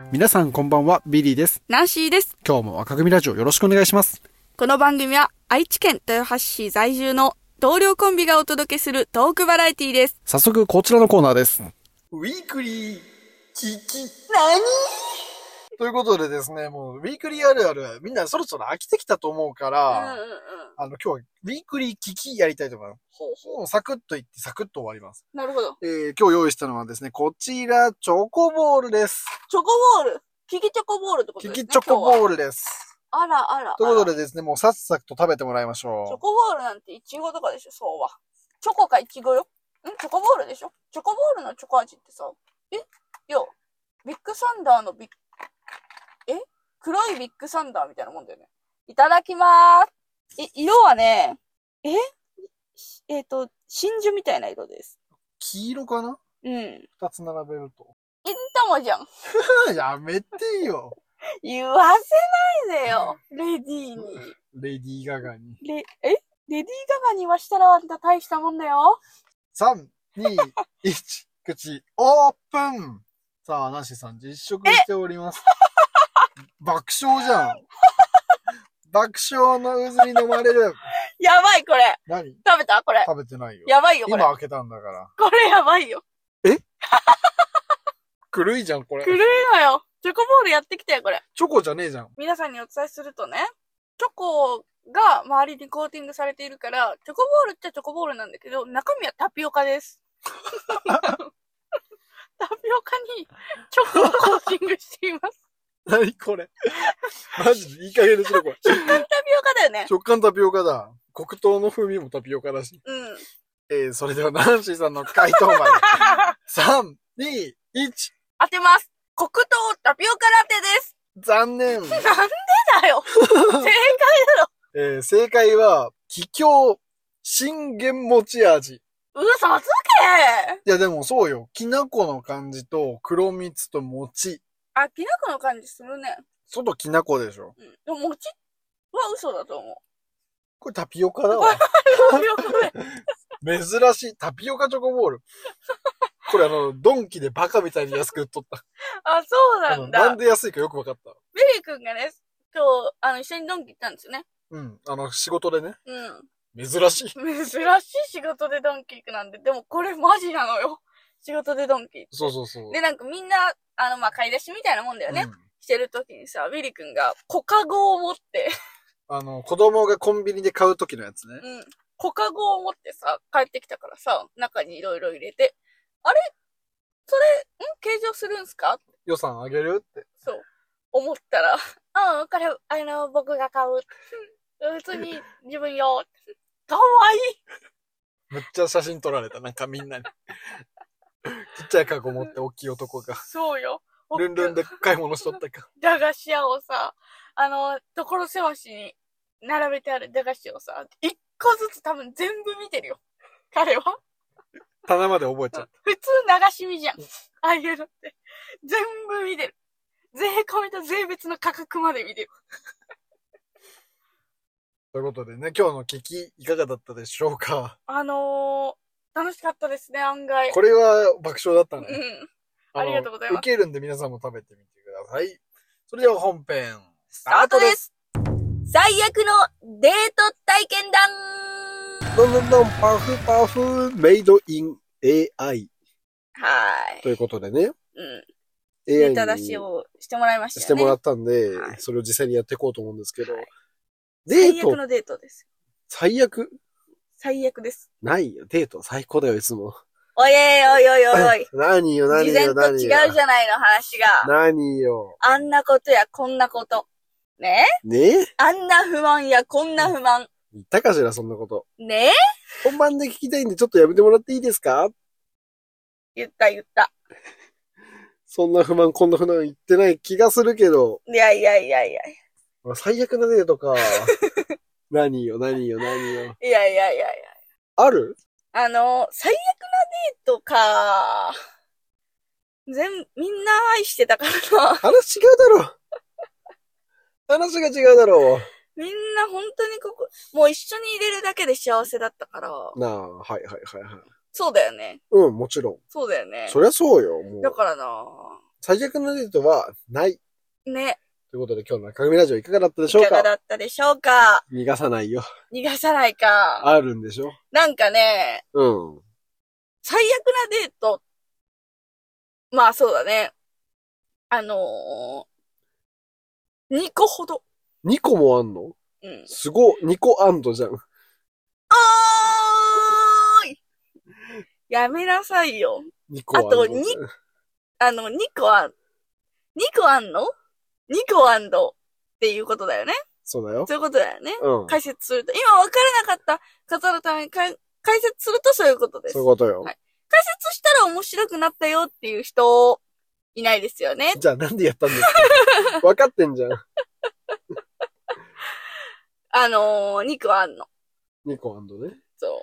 皆さんこんばんは、ビリーです。 ナンシーです。 今日も若組ラジオよろしくお願いします。 この番組は愛知県豊橋市在住の同僚コンビがお届けするトークバラエティです。 早速こちらのコーナーです。 ウィークリーキキ何ということでですね、もうウィークリーあるあるみんなそろそろ飽きてきたと思うから、今日はウィークリーキキやりたいと思います。もうサクッといってサクッと終わります。 なるほど。 今日用意したのはですね、こちらチョコボールです。 チョコボール、キキチョコボールってことですね。 キキチョコボールです。 あらあら。 ということでですね、もうさっさと食べてもらいましょう。 チョコボールなんてイチゴとかでしょ、そうは。チョコかイチゴよ。チョコボールでしょ。チョコボールのチョコ味ってさ、いや、ビッグサンダーの黒いビッグサンダーみたいなもんだよね。いただきまーす。色はね、真珠みたいな色です。 黄色かな？ うん。 二つ並べると。 金玉じゃん。 やめてよ。 言わせないでよ。レディーに。 レディーガガに。 レディーガガにはしたらあんた大したもんだよ。 3、2、1、口、オープン。さあ、ナンシーさん実食しております。爆笑じゃん。爆笑の渦に飲まれる。 やばいこれ。 何？ 食べたこれ。 食べてないよ。 やばいよこれ。 今開けたんだから。 これやばいよ。 狂いじゃん、これ。 狂いのよ。チョコボールやってきたよ、これ。 チョコじゃねえじゃん。 皆さんにお伝えするとね、チョコが周りにコーティングされているから、チョコボールっちゃチョコボールなんだけど、中身はタピオカです。タピオカにチョコをコーティングしています。 何これ。マジでいい加減にしろ、これ。 食感タピオカだよね。 食感タピオカだ。黒糖の風味もタピオカだし。それではナンシーさんの回答まで。3、2、1。 当てます。黒糖タピオカラテです。 残念。 なんでだよ。正解だろ。 正解は、桔梗信玄餅味。 嘘つけ。 いやでもそうよ。きな粉の感じと黒蜜と餅。 あ、きな粉の感じするね。 外きな粉でしょ。 でも餅は嘘だと思う。 これタピオカだわ。 タピオカ珍しい。タピオカチョコボール。これドンキでバカみたいに安く売っとった。 あ、そうなんだ。 なんで安いかよくわかった。 ベリー君がね、今日、一緒にドンキ行ったんですよね。 仕事でね。珍しい。 珍しい仕事でドンキ行くなんて。でもこれマジなのよ。仕事でドンキ行って。 そう。 で、なんかみんな、買い出しみたいなもんだよね。してる時にさ、ベリー君が小カゴを持って、 子供がコンビニで買う時のやつね。 小カゴを持ってさ、帰ってきたからさ、中にいろいろ入れて、あれそれ、計上するんすか？ 予算あげるって。 そう。思ったら、これ、僕が買う。普通に自分よ。かわいい。 めっちゃ写真撮られた。なんかみんなに。ちっちゃいカゴ持って大きい男が。 そうよ。 ルンルンで買い物しとったか。 駄菓子屋をさ、所狭しに並べてある駄菓子をさ、一個ずつ多分全部見てるよ。彼は。 棚まで覚えちゃった。 普通流し見じゃん。ああいうのって。全部見てる。税込みと税別の価格まで見てる。 ということでね、今日の聞きいかがだったでしょうか？ 楽しかったですね、案外。 これは爆笑だったね。 ありがとうございます。 受けるんで皆さんも食べてみてください。それでは本編、 スタートです。最悪のデート体験談。 どんパフパフメイドイン AI。 はい。 ということでね。 ネタ出しをしてもらいましたよね。 してもらったんで、それを実際にやっていこうと思うんですけど。 最悪のデートです。 最悪です。 ないよ。デート最高だよ、いつも。 おい。 何よ。 事前と違うじゃないの、話が。 何よ。 あんなことやこんなこと。ねあんな不満やこんな不満。 言ったかしら、そんなこと。 ね本番で聞きたいんで、ちょっとやめてもらっていいですか？ 言った。 そんな不満、こんな不満言ってない気がするけど。 いや。 最悪なデートか。何よ。 いや。 ある？ 最悪なデートか。みんな愛してたからな。 話違うだろ。話が違うだろう。 みんな本当にもう一緒にいれるだけで幸せだったから。 なあ、はい。 そうだよね。 もちろん。 そうだよね。 そりゃそうよ、もう。 だからな、 最悪のデートはない。 ね。 ということで今日の赤組ラジオいかがだったでしょうか？ いかがだったでしょうか？ 逃がさないよ。 逃がさないか。 あるんでしょ？ なんかね、 うん。 最悪なデート。まあそうだね。2個ほど。 2個もあんの？ うん。 すごい。2個アンドじゃん。 おーいやめなさいよ。 2個アンド。 あと2個あんの ?2 個アンドっていうことだよね。 そうだよ。 そういうことだよね。 うん。 解説すると。今分からなかった方のために解説するとそういうことです。 そういうことよ。 はい。解説したら面白くなったよっていう人、いないですよね。 じゃあなんでやったんですか？分かってんじゃん。 2個あんの。 2個アンドね。 そう。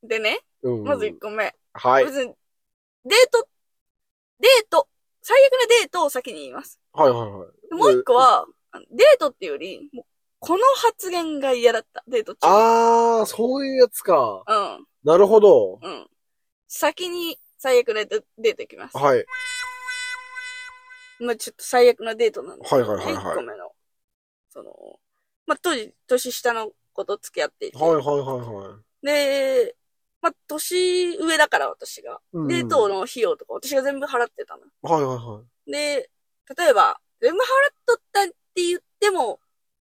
でね、 うん。 まず1個目。 はい。 別に、デート、最悪なデートを先に言います。 はいはいはい。 もう1個は、デートっていうより、もうこの発言が嫌だった。デート中。 あー、そういうやつか。 うん。 なるほど。 うん。先に最悪なデート行きます。 はい。 まあちょっと最悪なデートなんですけど、 はいはいはいはい 1個目の。まあ当時、年下の子と付き合っていて。 はいはいはいはい。 で、まあ年上だから私が。 うん、 デートの費用とか私が全部払ってたの。 はいはいはい。 で、例えば、全部払っとったって言っても、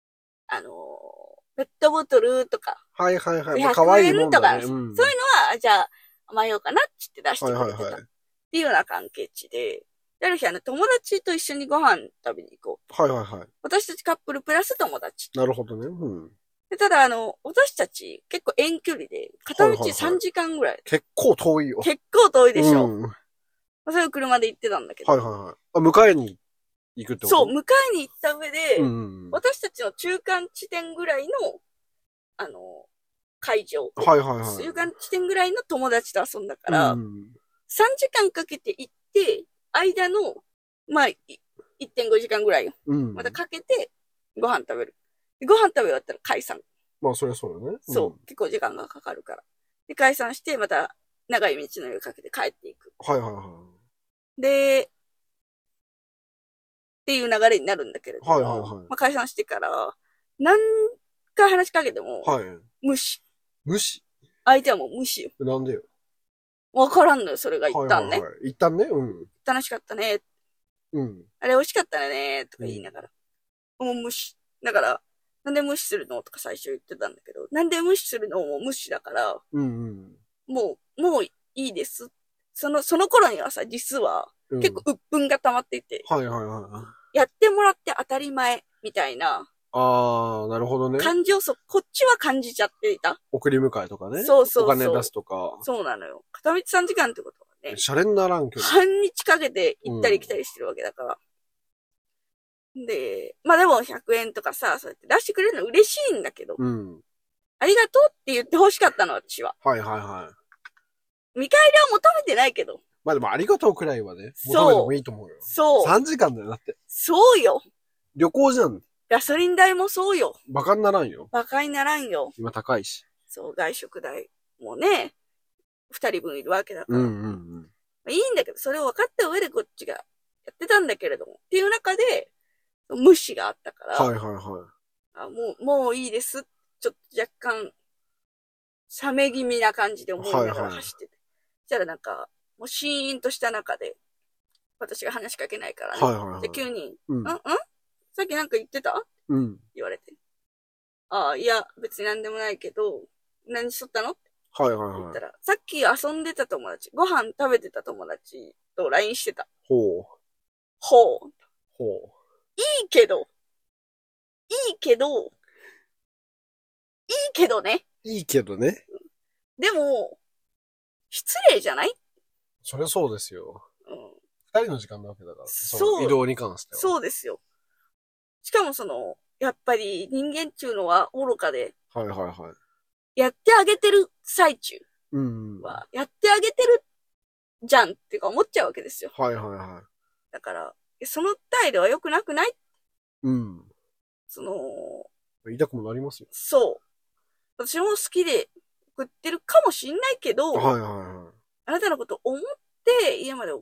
ペットボトルとか、 はいはいはい。 100円とか、 ね、 そういうのは、じゃあ、甘えようかなって出してくれてた。はいはいはい。っていうような関係値で、ある日友達と一緒にご飯食べに行こう。はいはいはい。 私たちカップルプラス友達。 なるほどね。うん。 でただ私たち結構遠距離で、片道3時間ぐらい。はいはいはい、 結構遠いよ。 結構遠いでしょ。 うん。 それを車で行ってたんだけど。 はいはいはい。あ、迎えに行くってこと？ そう、迎えに行った上で、 うん、 私たちの中間地点ぐらいの、会場。 はいはいはい。 中間地点ぐらいの友達と遊んだから、3時間かけて行って、間の、まあ、1.5 時間ぐらいよ。またかけて、ご飯食べる。ご飯食べ終わったら解散。 まあ、そりゃそうよね。 そう。結構時間がかかるから。で、解散して、また、長い道の上かけて帰っていく。 はいはいはい。 で、っていう流れになるんだけれども、 はいはいはい。 まあ、解散してから、何回話しかけても、 はい。 無視。 無視？ 相手はもう無視よ。 なんでよ。 わからんのよ、それが一旦ね。 はいはいはい。一旦ね、うん。 楽しかったね。 うん。 あれ美味しかったね、とか言いながら。もう無視。だから、なんで無視するのとか最初言ってたんだけど、なんで無視するのも無視だから、 うんうん。 もういいです。その頃にはさ、実は、結構鬱憤が溜まっていて、 はいはいはい。 やってもらって当たり前、みたいな。 ああ、なるほどね。 感情こっちは感じちゃっていた。 送り迎えとかね。 そうそうそう。 お金出すとか。 そうなのよ。片道3時間ってことはね。 シャレにならんけど。 半日かけて行ったり来たりしてるわけだから。で、まあでも100円とかさ、そうやって出してくれるの嬉しいんだけど。 うん。 ありがとうって言って欲しかったの、私は。 はいはいはい。 見返りは求めてないけど。 まあでもありがとうくらいはね、求めてもいいと思うよ。 そう。 3時間だよ、だって。 そうよ。 旅行じゃん。 ガソリン代もそうよ。 バカにならんよ。 バカにならんよ。 今高いし。 そう、外食代もね、2人分いるわけだから。 うんうんうん。 いいんだけど、それを分かった上でこっちがやってたんだけれども。っていう中で、無視があったから。 はいはいはい。 もういいです。ちょっと若干、冷め気味な感じで思いながら走ってて。そしたらなんか、もうシーンとした中で、私が話しかけないからね。 はいはいはい。 で、急に、さっきなんか言ってた？ うん。 言われて。ああ、いや、別になんでもないけど、何しとったの？ はいはいはい。 言ったら、さっき遊んでた友達、ご飯食べてた友達と LINE してた。 ほう。 ほう。 ほう。 いいけどね。 いいけどね。 でも、失礼じゃない？ そりゃそうですよ。 うん。 二人の時間なわけだから、ね。 そう。 移動に関しては。 そうですよ。しかもやっぱり人間っていうのは愚かで。 はいはいはい。 やってあげてる最中は、 やってあげてるじゃんってか思っちゃうわけですよ。 はいはいはい。 だから、その態度は良くなくない？ うん。 言いたくもなりますよ。 そう。私も好きで送ってるかもしんないけど、 はいはいはい。 あなたのこと思って家まで送っ 、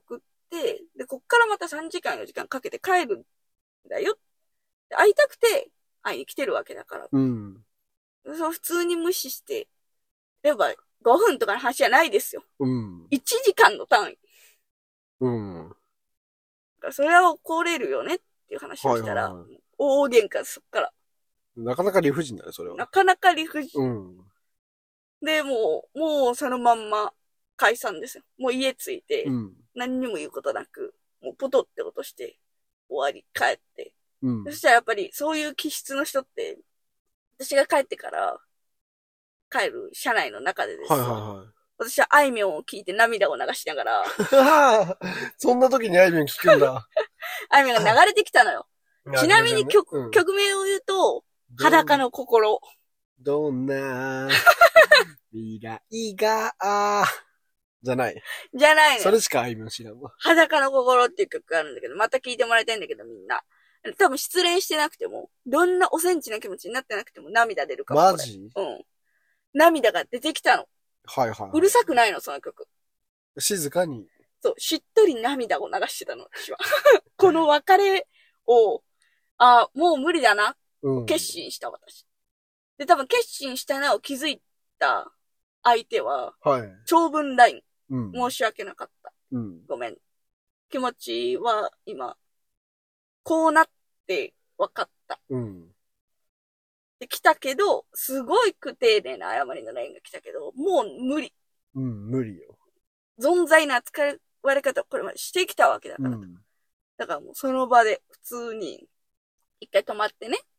で、こっからまた3時間4時間かけて帰るんだよ。会いたくて会いに来てるわけだから。 うん。 そう普通に無視して、例えば5分とかの話じゃないですよ。 うん。 1時間の単位。 うん。 それは怒れるよねっていう話をしたら、大喧嘩そっから。 なかなか理不尽だね、それは。 なかなか理不尽。 うん。 で、もうそのまんま解散ですよ。もう家着いて、何にも言うことなく、もうポトって落として終わり、帰って。そしたらやっぱりそういう気質の人って、私が帰ってから帰る車内の中でですよ。私はあいみょんを聞いて涙を流しながら。 そんな時にあいみょん聞くんだ。 あいみょんが流れてきたのよ。ちなみに曲名を言うと、裸の心。 どんな未来が、じゃない。 じゃないの。 それしかあいみょん知らんわ。 裸の心っていう曲があるんだけど、また聴いてもらいたいんだけど、みんな。多分失恋してなくても、どんなおセンチな気持ちになってなくても涙出るから。 マジ？ うん。涙が出てきたの。 はいはい。 うるさくないの、その曲。 静かに。 そう、しっとり涙を流してたの、私は。この別れを、もう無理だな、決心した私。で、多分決心したなを気づいた相手は、長文 LINE、申し訳なかった。ごめん。気持ちは今、こうなって分かった。で、来たけど、すごい丁寧な謝りの LINE が来たけど、もう無理。 無理よ。 存在な扱われ方をこれまでしてきたわけだから。だからもうその場で普通に、一回止まってね。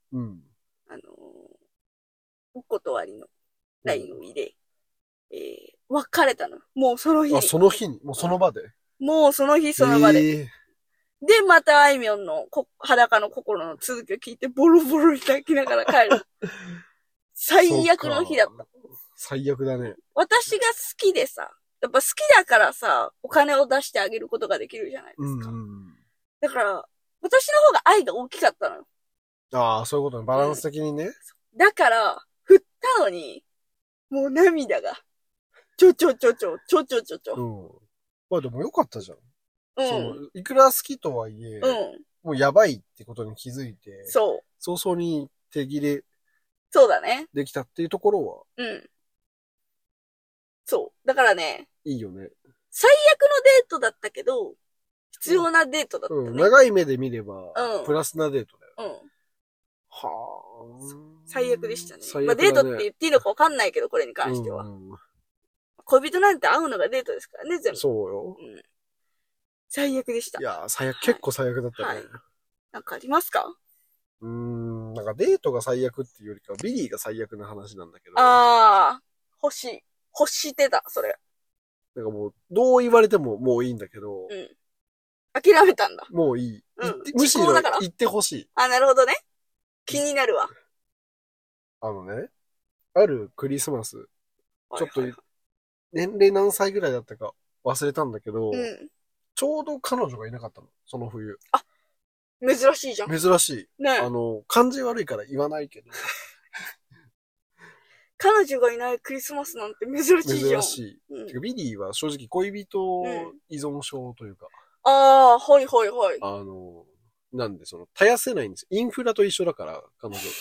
お断りの LINE を入れ、別れたの。もうその日に。 その日にもうその場でもうその日その場で。で、またあいみょんの裸の心の続きを聞いて、ボロボロに泣きながら帰る。最悪の日だった。 最悪だね。 私が好きでさ、やっぱ好きだからさ、お金を出してあげることができるじゃないですか。だから、私の方が愛が大きかったのよ。 そういうことね。バランス的にね。 だから、振ったのに、もう涙が、ちょ。 まあでもよかったじゃん。いくら好きとはいえ、もうやばいってことに気づいて、早々に手切れ、 そうだね。 できたっていうところは、 そう。だからね、 いいよね。 最悪のデートだったけど、必要なデートだったね。 長い目で見れば、プラスなデートだよ。 最悪でしたね。まあデートって言っていいのかわかんないけど、これに関しては。恋人なんて会うのがデートですからね、全部。 そうよ。 最悪でした。 いや、結構最悪だったね。 なんかありますか？ なんかデートが最悪っていうよりか、ビリーが最悪な話なんだけど。 欲してた、それ。 なんかもう、どう言われてももういいんだけど。 諦めたんだ。 もういい。むしろ言ってほしい。 なるほどね。気になるわ。 あるクリスマス、ちょっと、年齢何歳ぐらいだったか忘れたんだけど、ちょうど彼女がいなかったの、その冬。 珍しいじゃん。 珍しい。ね。感じ悪いから言わないけど。 彼女がいないクリスマスなんて珍しいじゃん。 珍しい。ビリーは正直恋人依存症というか。 はいはいはい。 なんで絶やせないんですよ。インフラと一緒だから、彼女。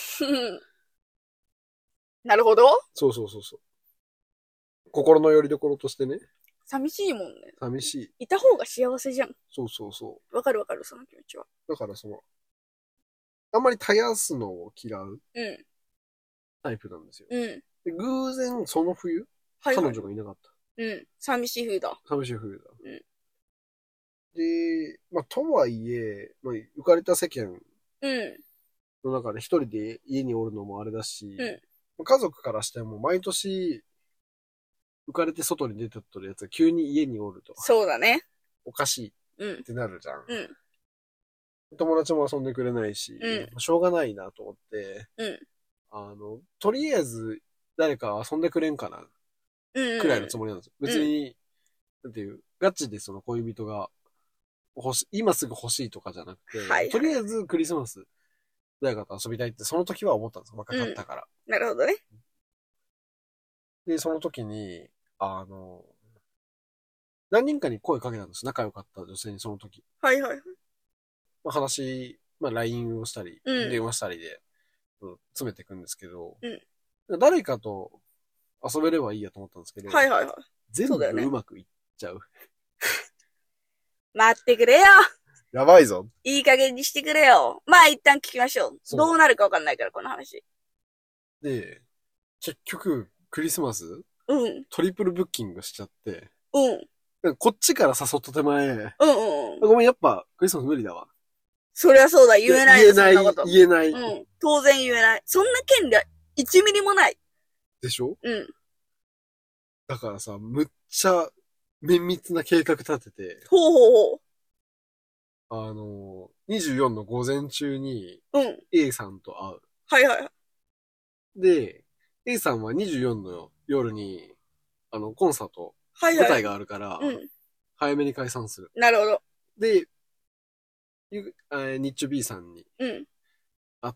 なるほど。 そう。心の拠り所としてね。 寂しいもんね。 寂しい。 いた方が幸せじゃん。 そう。 わかる、その気持ちは。 だからあんまり絶やすのを嫌うタイプなんですよ。で偶然その冬、彼女がいなかった。 寂しい冬だ。 で、まあ、とはいえ、まあ、浮かれた世間の中で一人で家におるのもあれだし、家族からしても毎年浮かれて外に出てっとるやつが急に家におると。 そうだね。 おかしいってなるじゃん。友達も遊んでくれないし、しょうがないなと思って、とりあえず誰か遊んでくれんかなくらいのつもりなんですよ。別に、なんていう、ガチでその恋人が今すぐ欲しいとかじゃなくて、とりあえずクリスマス誰かと遊びたいってその時は思ったんですよ。若かったから。 なるほどね。 で、その時に、 何人かに声かけたんです。仲良かった女性にその時。 はいはい。 まあ、話、まあ、LINE をしたり、 うん、 電話したりで、詰めていくんですけど、 うん、 誰かと遊べればいいやと思ったんですけど、 はいはいはい。 全部うまくいっちゃう。 待ってくれよ。 やばいぞ。 いい加減にしてくれよ。まあ一旦聞きましょう。どうなるかわかんないから、この話。 で、結局、クリスマスうん。 トリプルブッキングしちゃって、 うん。 こっちから誘った手前、 うんうんうん。 ごめん、やっぱ、クリスマス無理だわ。 そりゃそうだ、言えないよ、そんなこと。 言えない。 うん。当然言えない。そんな権利は1ミリもない。 でしょ？ うん。 だからさ、むっちゃ綿密な計画立てて、 ほうほうほう。24の午前中に、 うん。 A さんと会う。 はいはい。 で、A さんは24の夜に、コンサート、 はいはい。 舞台があるから、 うん。 早めに解散する。 なるほど。 で、日中 B さんにうん。 会って、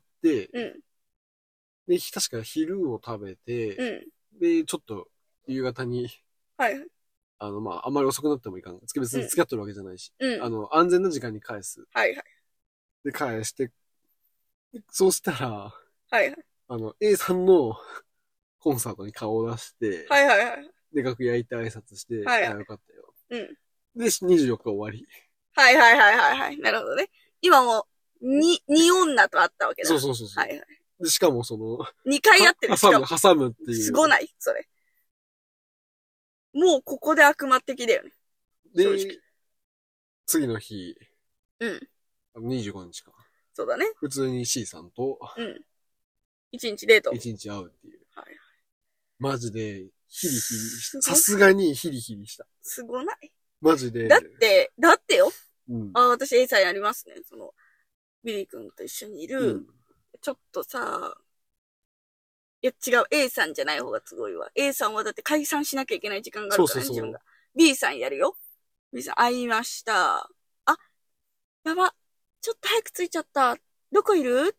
うん。 で、確か昼を食べて、 うん。 で、ちょっと夕方に、 はいはい。 まあ、あんまり遅くなってもいかん。別に付き合ってるわけじゃないし、 うん。 安全な時間に返す。 はいはい。 で、返して、そうしたら、 はいはい。 A さんのコンサートに顔を出して、 はいはいはい。 で、楽屋行って挨拶して、 はいあ、よかったよ。 うん。 で、24日終わり。 はいはいはいはいはい。なるほどね。今も、2女と会ったわけだ。 そうそうそうそう。 はいはい。 で、しかも 2回やってる。 挟むっていう。 すごないそれ。もうここで悪魔的だよね。 で、次の日。 うん。 25日か。 そうだね。 普通に C さんと。 うん。1日デート。 1日会うっていう。 はい。 マジで、ヒリヒリした。さすがにヒリヒリした。 すごないマジで。 だってよ。 うん。 私 A さんやりますね。ビリー君と一緒にいる。うん、ちょっとさ、いや違う、A さんじゃない方がすごいわ。A さんはだって解散しなきゃいけない時間があるからね、自分が。B さんやるよ。B さん、会いました。あ、やば。ちょっと早く着いちゃった。どこいる？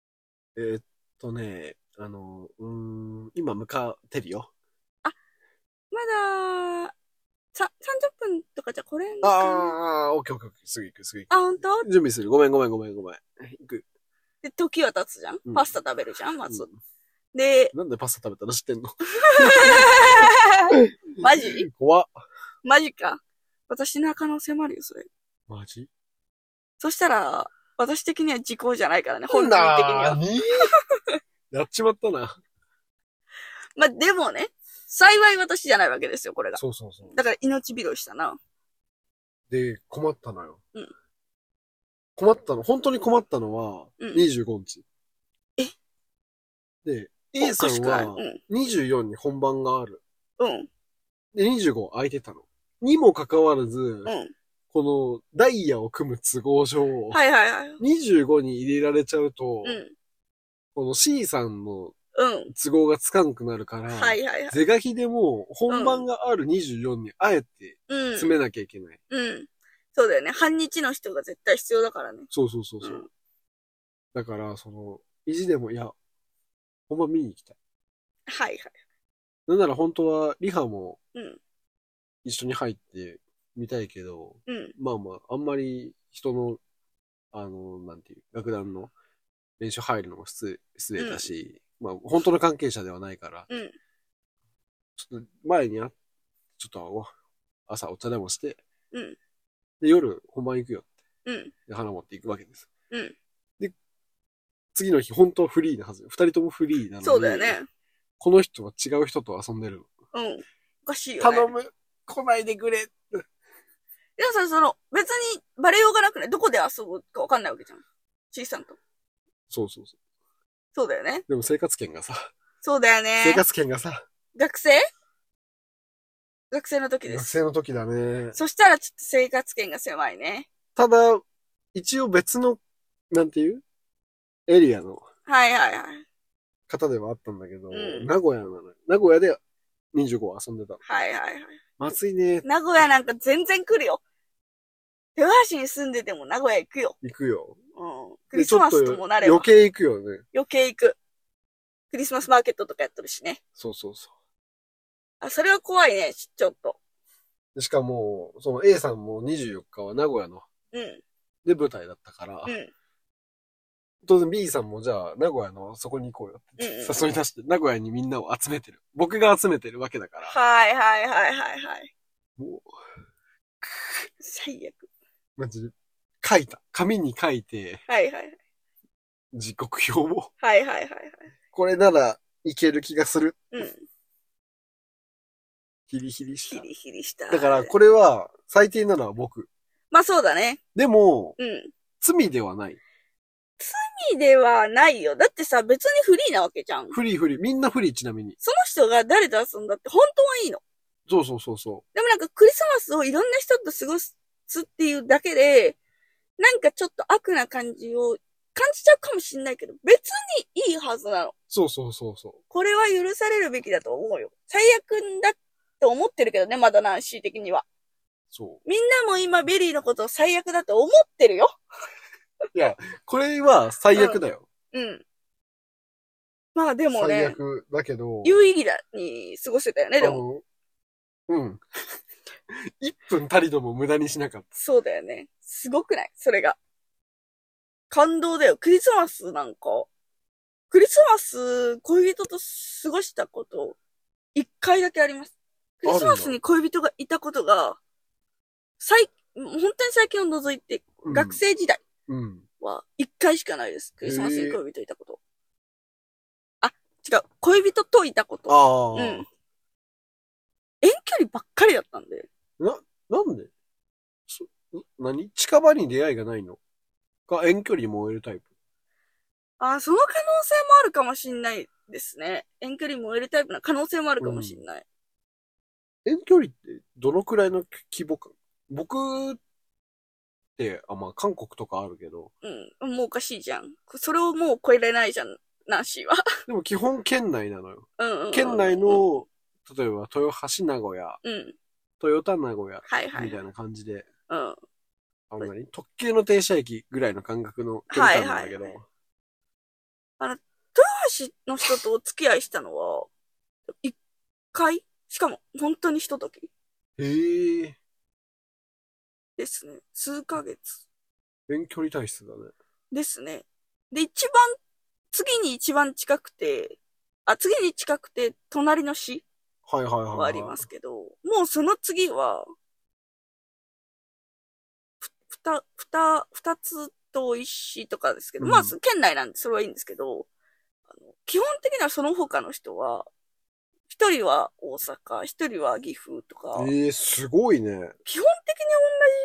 今向かってるよ。 あ、まだ、30分とかじゃ来れんかな。オッケー。すぐ行く。 あ、ほんと？ 準備する。ごめん。行く。 で、時は経つじゃん、パスタ食べるじゃんまず。 で、なんでパスタ食べたら知ってんの？ マジ？ 怖っ。 マジか。私の可能性もあるよ、それ。 マジ？ そしたら、私的には時効じゃないからね、本人的には。 やっちまったな。 まあ、でもね、幸い私じゃないわけですよ、これが。 そう。 だから命拾いしたな。 で、困ったのよ。 うん。 本当に困ったのは、25日。で、A さんは、24に本番がある。 うん。 で、25空いてたの。にもかかわらず、このダイヤを組む都合上、25に入れられちゃうと、この C さんの都合がつかんくなるから、是が非でも本番がある24にあえて詰めなきゃいけない。 そうだよね。半日の人が絶対必要だからね。 そう。だから、意地でも、いや、本番見に行きたい。なんなら本当はリハも一緒に入ってみたいけど、まあ、あんまり人の、なんていう、楽団の練習入るのも失礼だし、まあ、本当の関係者ではないから、ちょっと前にちょっと朝お茶でもして、で、夜本番行くよって、で、花持って行くわけです。で、次の日本当はフリーなはず。2人ともフリーなのに。 そうだよね。 この人は違う人と遊んでるの。 おかしいよね。 頼む。来ないでくれ。いやさ、別にバレようがなくね、どこで遊ぶかわかんないわけじゃん。C さんと。 そう。 そうだよね。 でも生活圏がさ。 そうだよね。 生活圏がさ。 学生の時です。 学生の時だね。 そしたらちょっと生活圏が狭いね。 ただ、一応別の、なんていうエリアの。方ではあったんだけど、名古屋なの。名古屋で25遊んでたの。まずいね。 名古屋なんか全然来るよ。手橋に住んでても名古屋行くよ。 行くよ。 クリスマスともなれば。 余計行くよね。 余計行く。クリスマスマーケットとかやってるしね。 そう。 それは怖いね、ちょっと。 しかも、その A さんも24日は名古屋の、で舞台だったから、当然 B さんもじゃあ名古屋のそこに行こうよって誘い出して、名古屋にみんなを集めてる。僕が集めてるわけだから。 はいはいはいはいはい。もう、最悪。 マジで、書いた。紙に書いて、 はいはいはい。 時刻表を。 はいはいはいはい。 これならいける気がする。ヒリヒリした。 ヒリヒリした。 だからこれは最低なのは僕。 まあそうだね。 でも、罪ではない。 罪ではないよ。だってさ、別にフリーなわけじゃん。 フリー。みんなフリーちなみに。 その人が誰と遊んだって本当はいいの。 そう。 でもなんかクリスマスをいろんな人と過ごすっていうだけで、なんかちょっと悪な感じを感じちゃうかもしんないけど、別にいいはずなの。 そう。 これは許されるべきだと思うよ。最悪だって思ってるけどね、まだナンシー的には。そう。みんなも今ベリーのことを最悪だと思ってるよ。 いや、これは最悪だよ。 まあでもね。 最悪だけど。 有意義に過ごせたよね、でも。 1分たりとも無駄にしなかった。 そうだよね。すごくないそれが。感動だよ。クリスマスなんか。クリスマス、恋人と過ごしたこと、1回だけあります。クリスマスに恋人がいたことが、本当に最近を除いて、学生時代は1回しかないです。クリスマスに恋人いたこと。違う。恋人といたこと。遠距離ばっかりだったんで。 なんで何近場に出会いがないのか遠距離に燃えるタイプその可能性もあるかもしんないですね。遠距離に燃えるタイプな可能性もあるかもしんない。 遠距離ってどのくらいの規模感僕って、まあ韓国とかあるけど。 もうおかしいじゃん。それをもう超えられないじゃん、ナンシーは。 でも基本県内なのよ。県内の、例えば豊橋名古屋、豊田名古屋、みたいな感じで。特急の停車駅ぐらいの感覚の距離感なんだけど。 豊橋の人とお付き合いしたのは、1回しかも、本当にひととき。ですね。数ヶ月。 遠距離体質だね。 ですね。で、次に一番近くて、隣の市はありますけど、もうその次は、二つと一市とかですけど、まあ、県内なんでそれはいいんですけど、基本的にはその他の人は、一人は大阪、一人は岐阜とか。 すごいね。 基本的に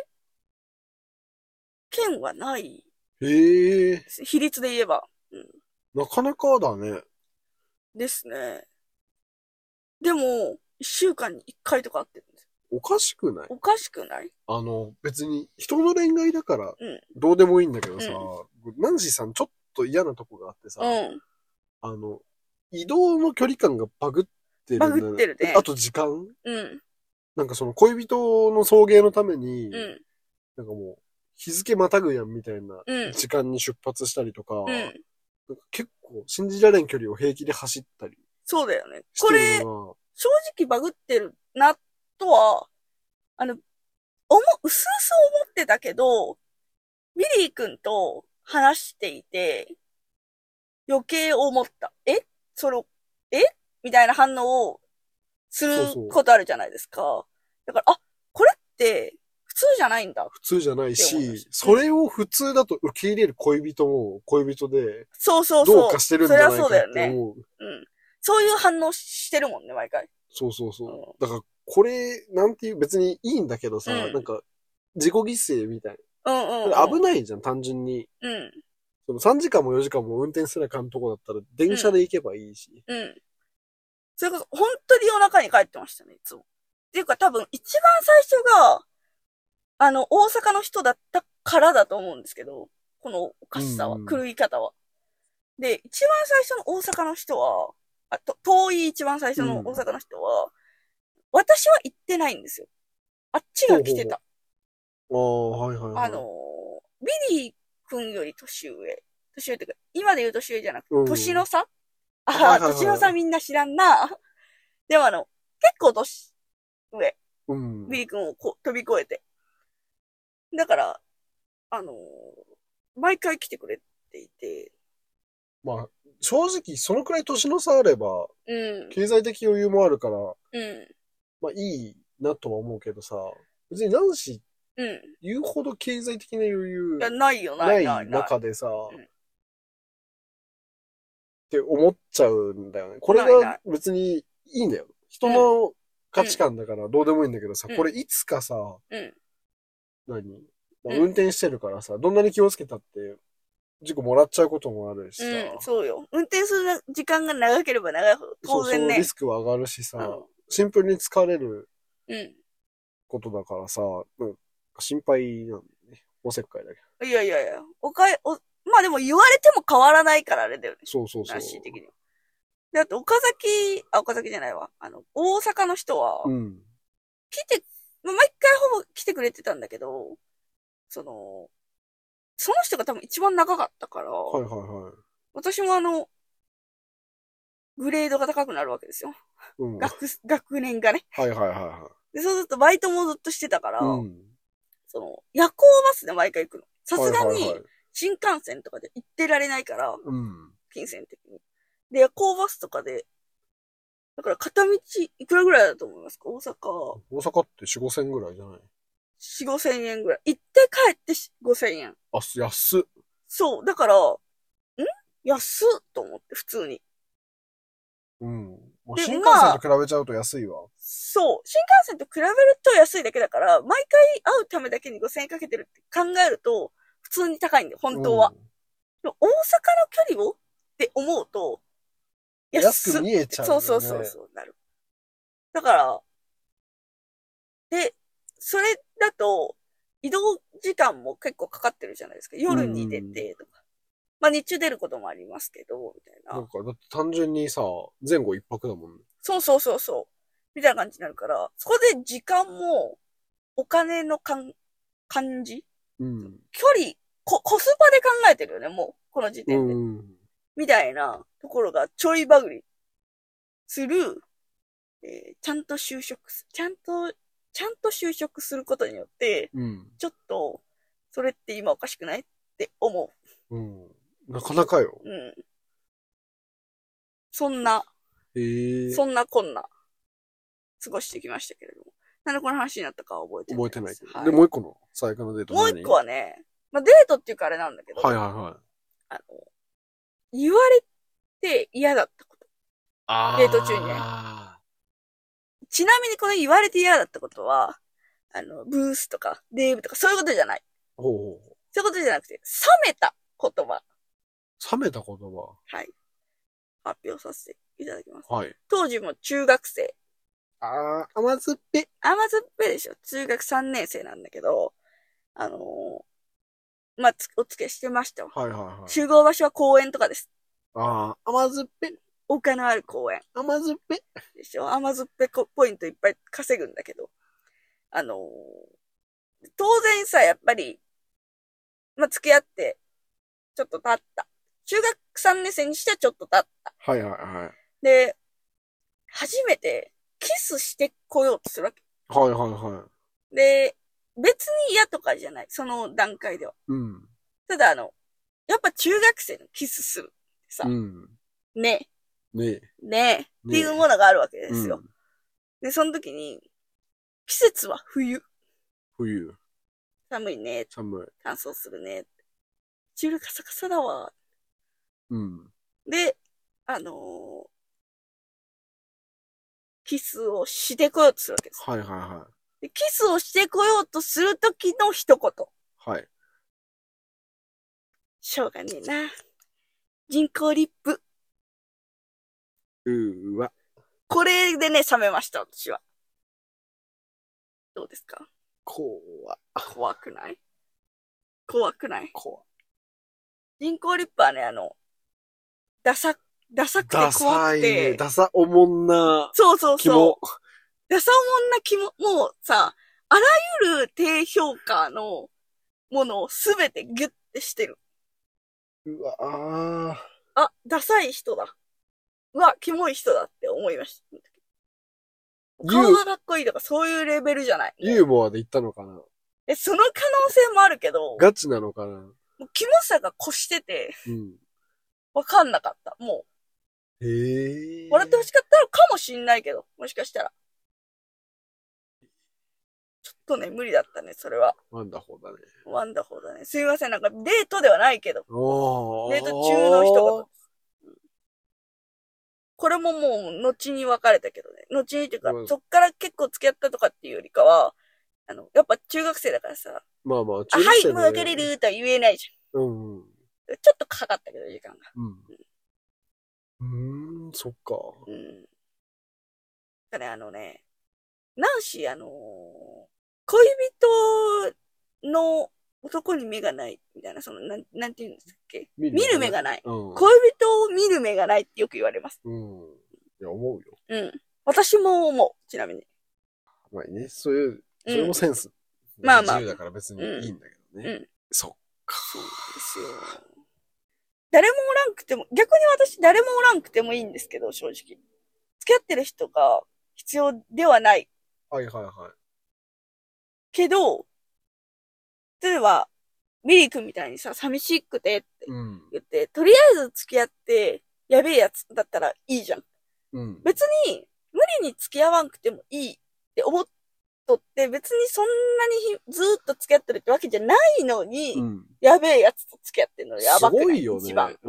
同じ県はない。比率で言えば。 なかなかだね。 ですね。でも、一週間に一回とか会ってるんですよ。 おかしくない？ おかしくない？ 別に人の恋愛だから、どうでもいいんだけどさ、ナンシーさんちょっと嫌なとこがあってさ、移動の距離感がバグってるんだね。 バグってるね。 あと時間？なんかその恋人の送迎のために、なんかもう日付またぐやんみたいな時間に出発したりとか、結構信じられん距離を平気で走ったり。 そうだよね。これ、正直バグってるな、とは、うすうす思ってたけど、ビリー君と話していて、余計思った。みたいな反応をすることあるじゃないですか。だから、これって普通じゃないんだ。 普通じゃないし、それを普通だと受け入れる恋人も恋人で、 そう。 どうかしてるんじゃないかって思う。 そりゃそうだよね。そういう反応してるもんね、毎回。 そう。だから、これ、なんていう、別にいいんだけどさ、なんか、自己犠牲みたいな。危ないじゃん、単純に。その3時間も4時間も運転すらかんとこだったら、電車で行けばいいし。 それこそ、本当に夜中に帰ってましたね、いつも。っていうか多分、一番最初が、大阪の人だったからだと思うんですけど、このおかしさは、狂い方は。で、一番最初の大阪の人は、遠い一番最初の大阪の人は、私は行ってないんですよ。あっちが来てた。ビリー君より年上っていうか、今で言う年上じゃなくて、年の差？年の差みんな知らんな。でも結構年上うん。B 君を飛び越えて。だから、毎回来てくれていて。 まあ、正直、そのくらい年の差あれば、うん。経済的余裕もあるから、うん。まあ、いいなとは思うけどさ、別に男子、うん。言うほど経済的な余裕、 ないよ、ない中でさ、って思っちゃうんだよね。これが別にいいんだよ。人の価値観だからどうでもいいんだけどさ、これいつかさ、何、運転してるからさ、どんなに気をつけたって、事故もらっちゃうこともあるしさ。 そうよ。運転する時間が長ければ長いほど、当然ね。 そうリスクは上がるしさ、シンプルに疲れることだからさ、心配なんだよね。おせっかいだけど。いや、まあでも言われても変わらないからあれだよね。 そう。 らしい的に。で、あと、岡崎じゃないわ。大阪の人は、来て、毎回ほぼ来てくれてたんだけど、その人が多分一番長かったから、私もグレードが高くなるわけですよ。学年がね。で、そうするとバイトもずっとしてたから、夜行バスで毎回行くの。さすがに、新幹線とかで行ってられないから、金銭的に。で、夜行バスとかで、だから片道いくらぐらいだと思いますか？大阪って4、5千ぐらいじゃない？ 4、5千円ぐらい。行って帰って5千円。 安っ。 そう。だから、安っと思って、普通に。 新幹線と比べちゃうと安いわ。 そう。新幹線と比べると安いだけだから、毎回会うためだけに5000円かけてるって考えると、普通に高いんだよ、本当は。でも大阪の距離をって思うと、 安く見えちゃう、ね。 そう、なる。だから、で、それだと、移動時間も結構かかってるじゃないですか。夜に出てとか。まあ日中出ることもありますけど、みたいな。 なんか、だって単純にさ、前後一泊だもんね。 そう。みたいな感じになるから、そこで時間も、お金の感じ、距離、コスパで考えてるよね、もう、この時点で。みたいなところがちょいバグりする、ちゃんと就職することによって、ちょっと、それって今おかしくないって思う。なかなかよ。 そんなこんな、過ごしてきましたけれども。なんでこの話になったかは覚えてない。 覚えてないけど。で、もう一個の最悪のデートもう一個はね、まあデートっていうかあれなんだけど。言われて嫌だったこと。デート中にね。ちなみにこの言われて嫌だったことは、ブースとか、デーブとかそういうことじゃない。そういうことじゃなくて、冷めた言葉。 冷めた言葉？ はい。発表させていただきます。 はい。 当時も中学生。 甘酸っぱい。 甘酸っぱいでしょ。中学3年生なんだけど、まあ、お付けしてましたよ。集合場所は公園とかです。 甘酸っぱい。 お金のある公園。 甘酸っぱい。 でしょ。甘酸っぱいポイントいっぱい稼ぐんだけど。当然さ、やっぱり、まあ、付き合って、ちょっと経った。中学3年生にしてはちょっと経った。で、初めてキスしてこようとするわけ。で、別に嫌とかじゃない。その段階では。ただやっぱ中学生のキスする。さ。ねっていうものがあるわけですよ。で、その時に、季節は冬。寒いね。乾燥するね。唇カサカサだわ。で、キスをしてこようとするわけです。でキスをしてこようとするときの一言。しょうがねえな。人工リップ。これでね、冷めました、私は。どうですか？怖くない？人工リップはね、ダサくて怖くて。 ダサおもんな。 そう。ダサおもんな肝。もうさ、あらゆる低評価のものをすべてギュッてしてる。ダサい人だ。キモい人だって思いました。 顔がかっこいいとかそういうレベルじゃない。 ユーモアで言ったのかな。 その可能性もあるけど。 ガチなのかな。もうキモさが越してて、 うん。 わかんなかった。もう。へえ。 笑ってほしかったのかもしんないけど、もしかしたら。ちょっとね、無理だったね、それは。 ワンダホーだね。 ワンダホーだね。すいません、なんかデートではないけど。デート中の一言。これももう、後に別れたけどね。後にっていうか、そっから結構付き合ったとかっていうよりかは、やっぱ中学生だからさ。 まあまあ、 中学生、はい、もう別れるとは言えないじゃん。うん。ちょっとかかったけど、時間が。 そっか。 うん。だね、ナンシー、恋人の男に目がない、みたいな、なんて言うんですっけ？見る目がない。恋人を見る目がないってよく言われます。 いや、思うよ。 うん。私も思う、ちなみに。 まあね、それもセンス。 まあまあ。 自由だから別にいいんだけどね。そっか。 そうですよ。誰もおらんくても、逆に私誰もおらんくてもいいんですけど、正直。付き合ってる人が必要ではない。 はいはいはい。 けど、例えば、ミリー君みたいにさ、寂しくてって言って、とりあえず付き合って、やべえやつだったらいいじゃん。別に、無理に付き合わんくてもいいって思っとって、別にそんなにずーっと付き合ってるってわけじゃないのに、やべえやつと付き合ってるのやばくない？すごいよね。一番。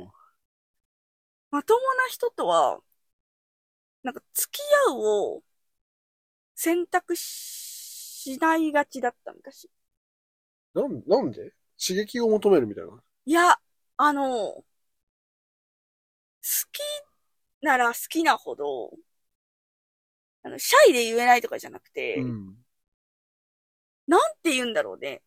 まともな人とは、なんか付き合うを選択しないがちだった昔。 なんで刺激を求めるみたいな。 いや、好きなら好きなほど、シャイで言えないとかじゃなくて、なんて言うんだろうね。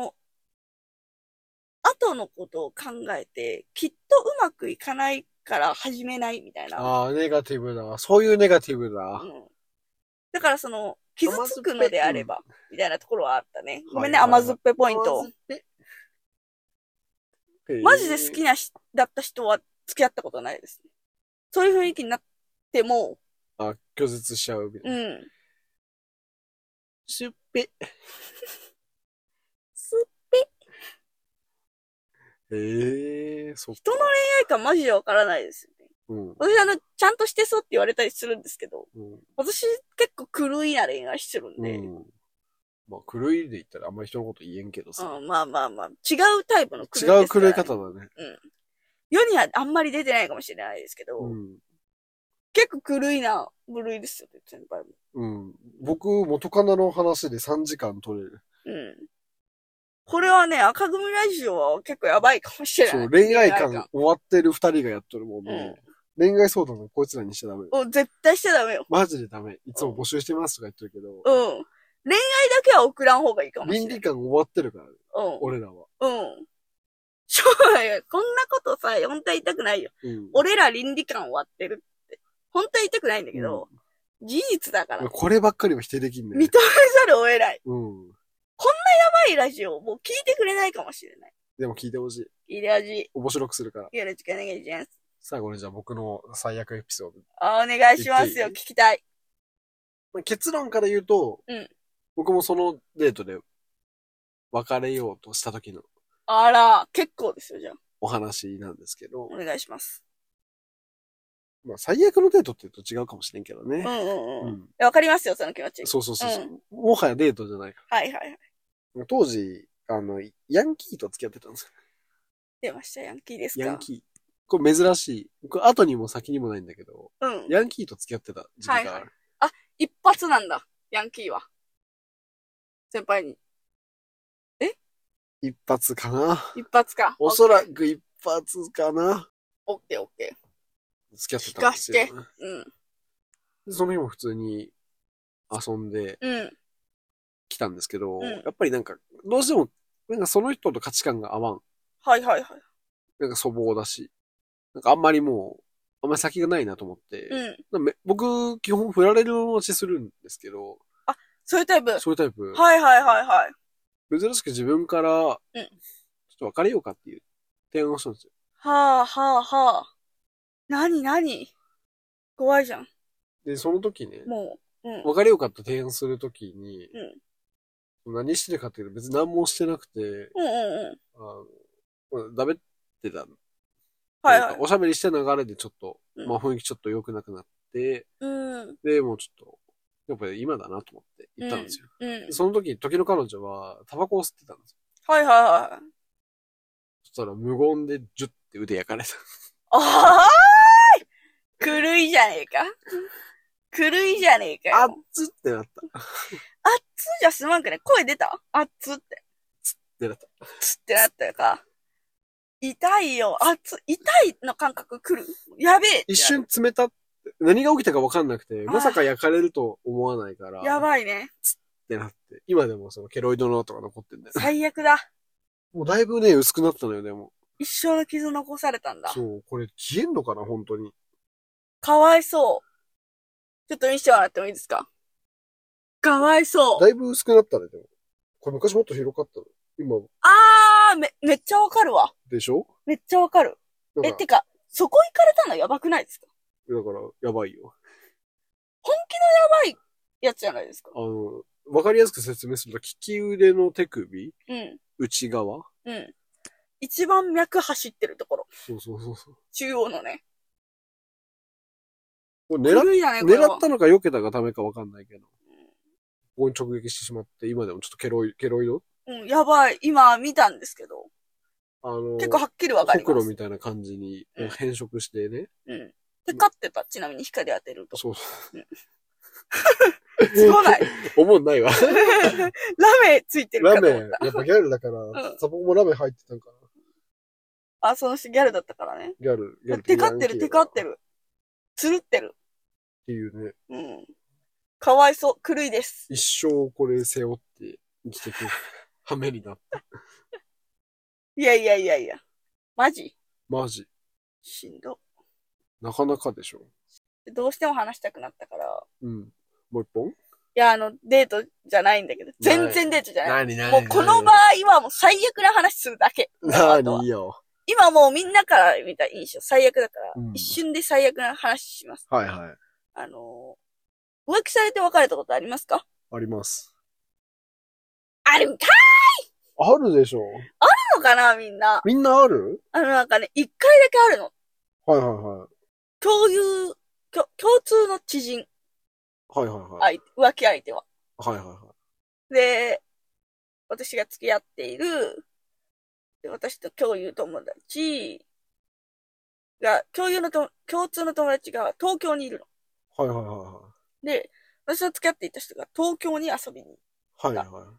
後のことを考えて、きっとうまくいかないから始めないみたいな。 ああ、ネガティブだ。そういうネガティブだ。 だから傷つくのであれば、みたいなところはあったね。ごめんね、甘酸っぱいポイント。マジで好きだった人は付き合ったことないですね。そういう雰囲気になっても。 拒絶しちゃうみたいな。すっぺ。 すっぺ。 そっか。 人の恋愛観マジでわからないですよね。私ちゃんとしてそうって言われたりするんですけど、私結構狂いな恋愛してるんで。 まあ、狂いで言ったらあんまり人のこと言えんけどさ。 まあまあまあ、違うタイプの狂いですから、ね。違う狂い方だね。 世にはあんまり出てないかもしれないですけど、結構狂いな部類ですよね、先輩も。僕、元カノの話で3時間取れる。 これはね、赤組ラジオは結構やばいかもしれない。 そう、恋愛観終わってる2人がやっとるもんね。恋愛相談のこいつらにしちゃダメよ。 絶対しちゃダメよ。 マジでダメ。いつも募集してますとか言ってるけど。 恋愛だけは送らん方がいいかもしれない。 倫理観終わってるからね。俺らは。 こんなことさ、本当は言いたくないよ。俺ら倫理観終わってるって。本当は言いたくないんだけど、事実だから。 こればっかりは否定できんね。 認めざるを得ない。こんなやばいラジオ、もう聞いてくれないかもしれない。 でも聞いてほしい。 聞いてほしい。 面白くするから。 よろしくお願いします。 最後にじゃあ僕の最悪エピソード。 お願いしますよ、聞きたい。 結論から言うと、僕もそのデートで別れようとした時の。 あら、結構ですよ、じゃあ。 お話なんですけど。 お願いします。 まあ、最悪のデートって言うと違うかもしれんけどね。 わかりますよ、その気持ち。 そう。もはやデートじゃないから。はい。 当時、ヤンキーと付き合ってたんですよ。 出ました、ヤンキーですか。 ヤンキー。これ珍しい。これ後にも先にもないんだけど、ヤンキーと付き合ってた時期がある。 一発なんだ、ヤンキーは。先輩に。 一発かな。 一発か。 おそらく一発かな。 オッケー。 付き合ってたんですよ。 聞かして。 その日も普通に遊んで来たんですけど、やっぱりなんか、どうしても、なんかその人と価値観が合わん。 はい。 なんか粗暴だし、なんかあんまり先がないなと思って、僕、基本振られるのちするんですけど、 そういうタイプ。 はい。珍しく自分から、ちょっと別れようかっていう提案をしたんですよ。 はあ。何怖いじゃん。 で、その時ね。 も別れようかと提案するときに、何してるかっていうと別に何もしてなくて、ダメってた。はいはい。おしゃべりして流れでちょっと、まあ雰囲気ちょっと良くなくなって、で、もうちょっと、やっぱり今だなと思って行ったんですよ。その時の彼女はタバコを吸ってたんですよ。 はいはいはい。 そしたら無言でジュッて腕焼かれた。 あーい狂いじゃねえか。狂いじゃねえかよ。 あっつってなった。 あっつじゃすまんくね。声出たあっつって。 つってなった。 つってなったよか。痛いよ。痛いの感覚来る。やべえ。 一瞬冷たって、何が起きたか分かんなくて、まさか焼かれると思わないから。 やばいね。 つってなって。今でもそのケロイドの跡が残ってんだよ。 最悪だ。 もうだいぶね、薄くなったのよ、でも。 一生の傷残されたんだ。 そう、これ消えんのかな、本当に。 かわいそう。ちょっと見せてもらってもいいですか？かわいそう。 だいぶ薄くなったね、でも。これ昔もっと広かったの。今。 めっちゃわかるわ。 でしょ？ めっちゃわかる。てか、そこ行かれたのやばくないですか？ だから、やばいよ。 本気のやばいやつじゃないですか。 わかりやすく説明すると、利き腕の手首、内側、 一番脈走ってるところ。 そう。 中央のね。 これ狙ったのか避けたがためかわかんないけど。ここに直撃してしまって、今でもちょっとケロイド？ やばい。今見たんですけど。結構はっきりわかります。 ほくろみたいな感じに変色してね。 テカってた。ちなみに光当てると。 そう。 すごない。 思んないわ。 ラメついてるかと思った。 ラメ、やっぱギャルだから、サボもラメ入ってたんかな。その人ギャルだったからね。 ギャル。 テカってる。つるってる。 っていうね。かわいそう。狂いです。 一生これ背負って生きてく羽目になった。 いや。マジしんど。 なかなかでしょ。 どうしても話したくなったから。 もう一本？ いや、デートじゃないんだけど。全然デートじゃない。 何もうこの場合はもう最悪な話するだけ。 何よ。 今もうみんなから見た印象最悪だから、一瞬で最悪な話します。 はいはい。 浮気されて別れたことありますか？ あります。 あるんかーい！ あるでしょ。 あるのかなみんな。 みんなある？ なんかね、一回だけあるの。 はい。 共通の知人。 はい。 浮気相手は。 はい。 で、私が付き合っている、私と共有友達が、共通の友達が東京にいるの。はい。 で、私と付き合っていた人が東京に遊びに行った。 はい。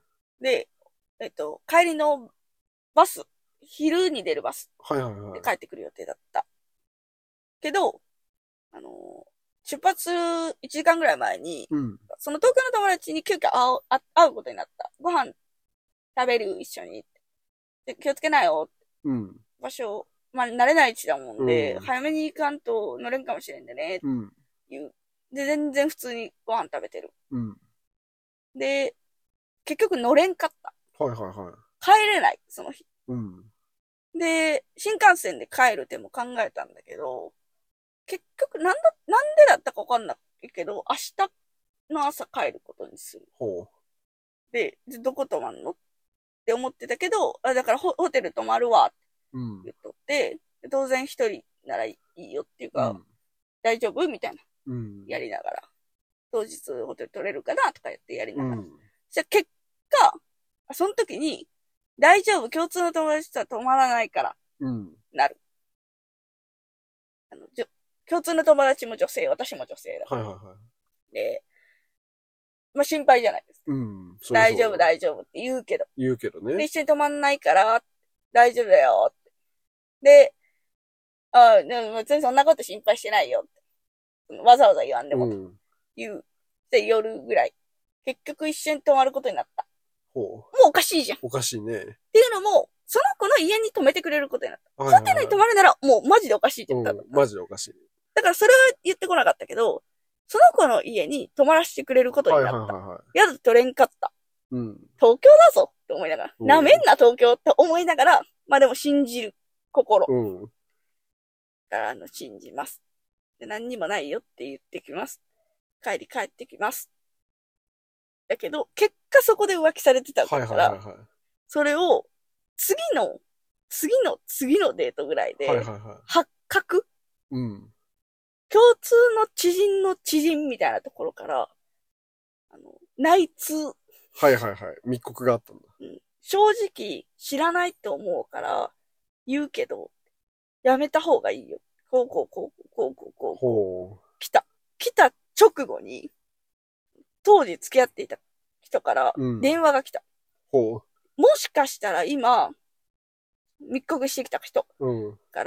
で、帰りのバス、昼に出るバス。で帰ってくる予定だった。けど、出発する1時間ぐらい前に、その東京の友達に急遽会うことになった。ご飯食べる一緒に。で気をつけなよ。場所、慣れない地だもんで、早めに行かんと乗れんかもしれんでね。で、全然普通にご飯食べてる。で、結局乗れんかった。帰れない、その日。で、新幹線で帰る手も考えたんだけど、結局なんでだったかわかんないけど、明日の朝帰ることにする。で、どこ泊まんのって思ってたけど、だからホテル泊まるわって言っとって、当然一人ならいいよっていうか、大丈夫みたいな。やりながら。当日ホテル取れるかなとかやってやりながら。じゃあ結果、その時に、大丈夫、共通の友達とは泊まらないから、なる。共通の友達も女性、私も女性だ。で、心配じゃないですか。大丈夫って言うけど。 ね。 で、一緒に泊まんないから、大丈夫だよって。で、でも別にそんなこと心配してないよって。わざわざ言わんでもと言う。で、夜ぐらい。結局一緒に泊まることになった。もうおかしいじゃん。 おかしいね。 っていうのも、その子の家に泊めてくれることになった。ホテルに泊まるなら、もうマジでおかしいって言ったの。 マジでおかしい。 だからそれは言ってこなかったけど、その子の家に泊まらせてくれることになった。宿取れんかった。東京だぞって思いながら。なめんな東京って思いながら、まあでも信じる心。だから信じます。で。何にもないよって言ってきます。帰ってきます。 だけど、結果そこで浮気されてたから、それを次のデートぐらいで、発覚、うん、共通の知人の知人みたいなところから、内通。 はいはいはい。密告があったんだ。 うん、正直、知らないって思うから、言うけど、やめた方がいいよ。こう。来た直後に、当時付き合っていた人から電話が来た。もしかしたら今、密告してきた人から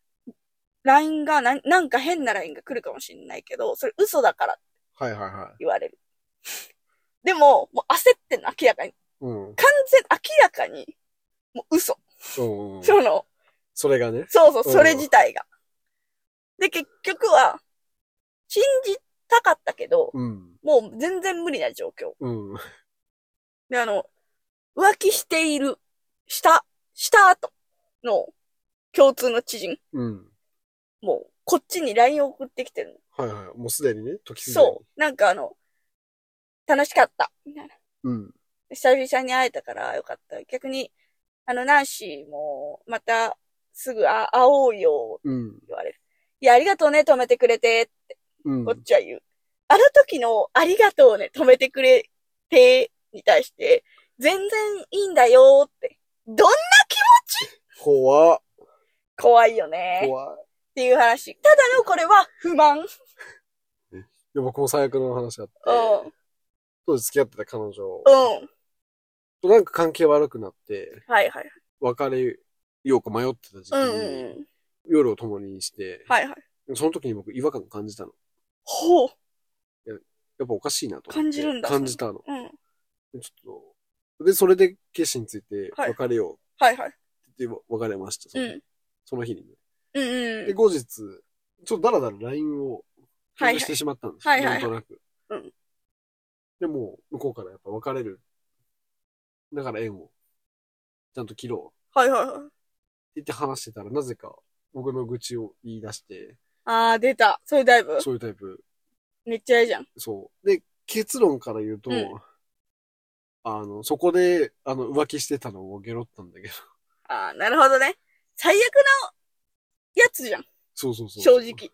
、LINE がなんか変な LINE が来るかもしれないけど、それ嘘だから言われる。でも、もう焦ってんの、明らかに。完全、明らかに、もう嘘。 それがね。 そう、それ自体が。で、結局は、信じたかったけど、もう全然無理な状況。で、浮気している、した後の共通の知人。もう、こっちに LINE を送ってきてるの。はいはい。もうすでにね、時すでに。そう。なんか楽しかった。みたいな。久々に会えたからよかった。逆に、ナンシーも、また、すぐ会おうよ、って言われる。いや、ありがとうね、止めてくれて、って。こっちは言う。あの時の、ありがとうね、止めてくれて、に対して、全然いいんだよ、って。どんな気持ち？怖いよね。っていう話。ただのこれは不満。いや、僕も最悪の話あって。当時付き合ってた彼女。となんか関係悪くなって。別れようか迷ってた時期に、夜を共にして、その時に僕違和感を感じたの。やっぱおかしいなと思って。 感じるんだ。 感じたの。ちょっと、で、それで決心ついて別れよう。って別れました。その日にね。で、後日、ちょっとだらだら LINE をしてしまったんですよ。なんとなく。でも、向こうからやっぱ別れる。だから縁を、ちゃんと切ろう。って言って話してたら、なぜか僕の愚痴を言い出して。 出た。そういうタイプ。 そういうタイプ。 めっちゃいいじゃん。 そう。で、結論から言うと、そこで、浮気してたのをゲロったんだけど。 なるほどね。最悪なやつじゃん。 そう。 正直。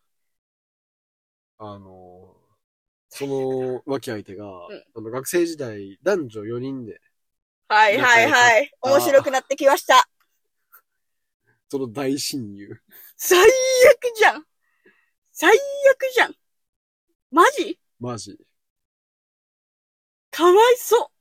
その浮気相手が、学生時代、男女4人で。 はい。面白くなってきました。 その大親友。 最悪じゃん。マジ。かわいそう。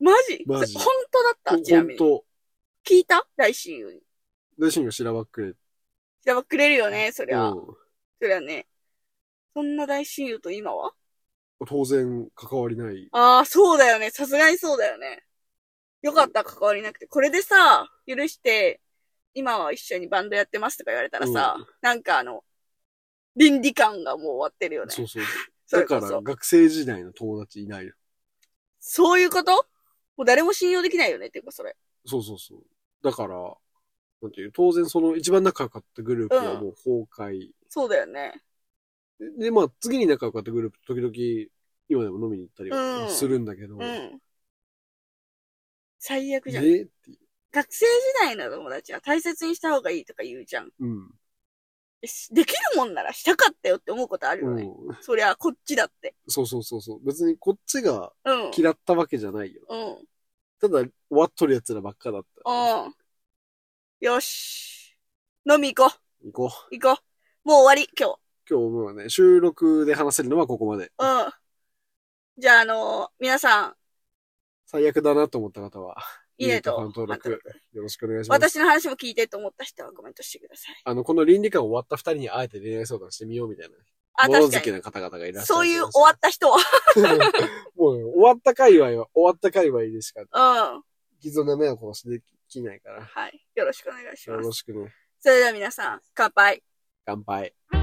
マジ。本当だったちなみに。本当。聞いた？大親友に。 大親友しらばっくれ。 しらばっくれるよね、そりゃ。そりゃね。そんな大親友と今は？ 当然、関わりない。 そうだよね。さすがにそうだよね。よかった、関わりなくて。これでさ、許して、今は一緒にバンドやってますとか言われたらさ、なんか倫理観がもう終わってるよね。 そう。だから学生時代の友達いないよ。 そういうこと？もう誰も信用できないよねっていうか、それ。 そう。だから、なんていう、当然その一番仲良かったグループはもう崩壊。 そうだよね。 で、まあ次に仲良かったグループ、時々今でも飲みに行ったりはするんだけど。 最悪じゃん。学生時代の友達は大切にした方がいいとか言うじゃん。できるもんならしたかったよって思うことあるよね。そりゃ、こっちだって。 そう。別にこっちが嫌ったわけじゃないよ。ただ、終わっとる奴らばっかだった。 よし。飲み行こう。 行こう。もう終わり、今日もうね、収録で話せるのはここまで。 じゃあ、皆さん。 最悪だなと思った方は。 いいねと。 登録。よろしくお願いします。 私の話も聞いてと思った人はコメントしてください。 この倫理観終わった二人にあえて恋愛相談してみようみたいな。物好きな方々がいらっしゃる。 そういう終わった人は。 もう、終わった界隈でしか。既存な目をこうしてできないから。 はい。よろしくお願いします。 よろしくね。 それでは皆さん、乾杯。 乾杯。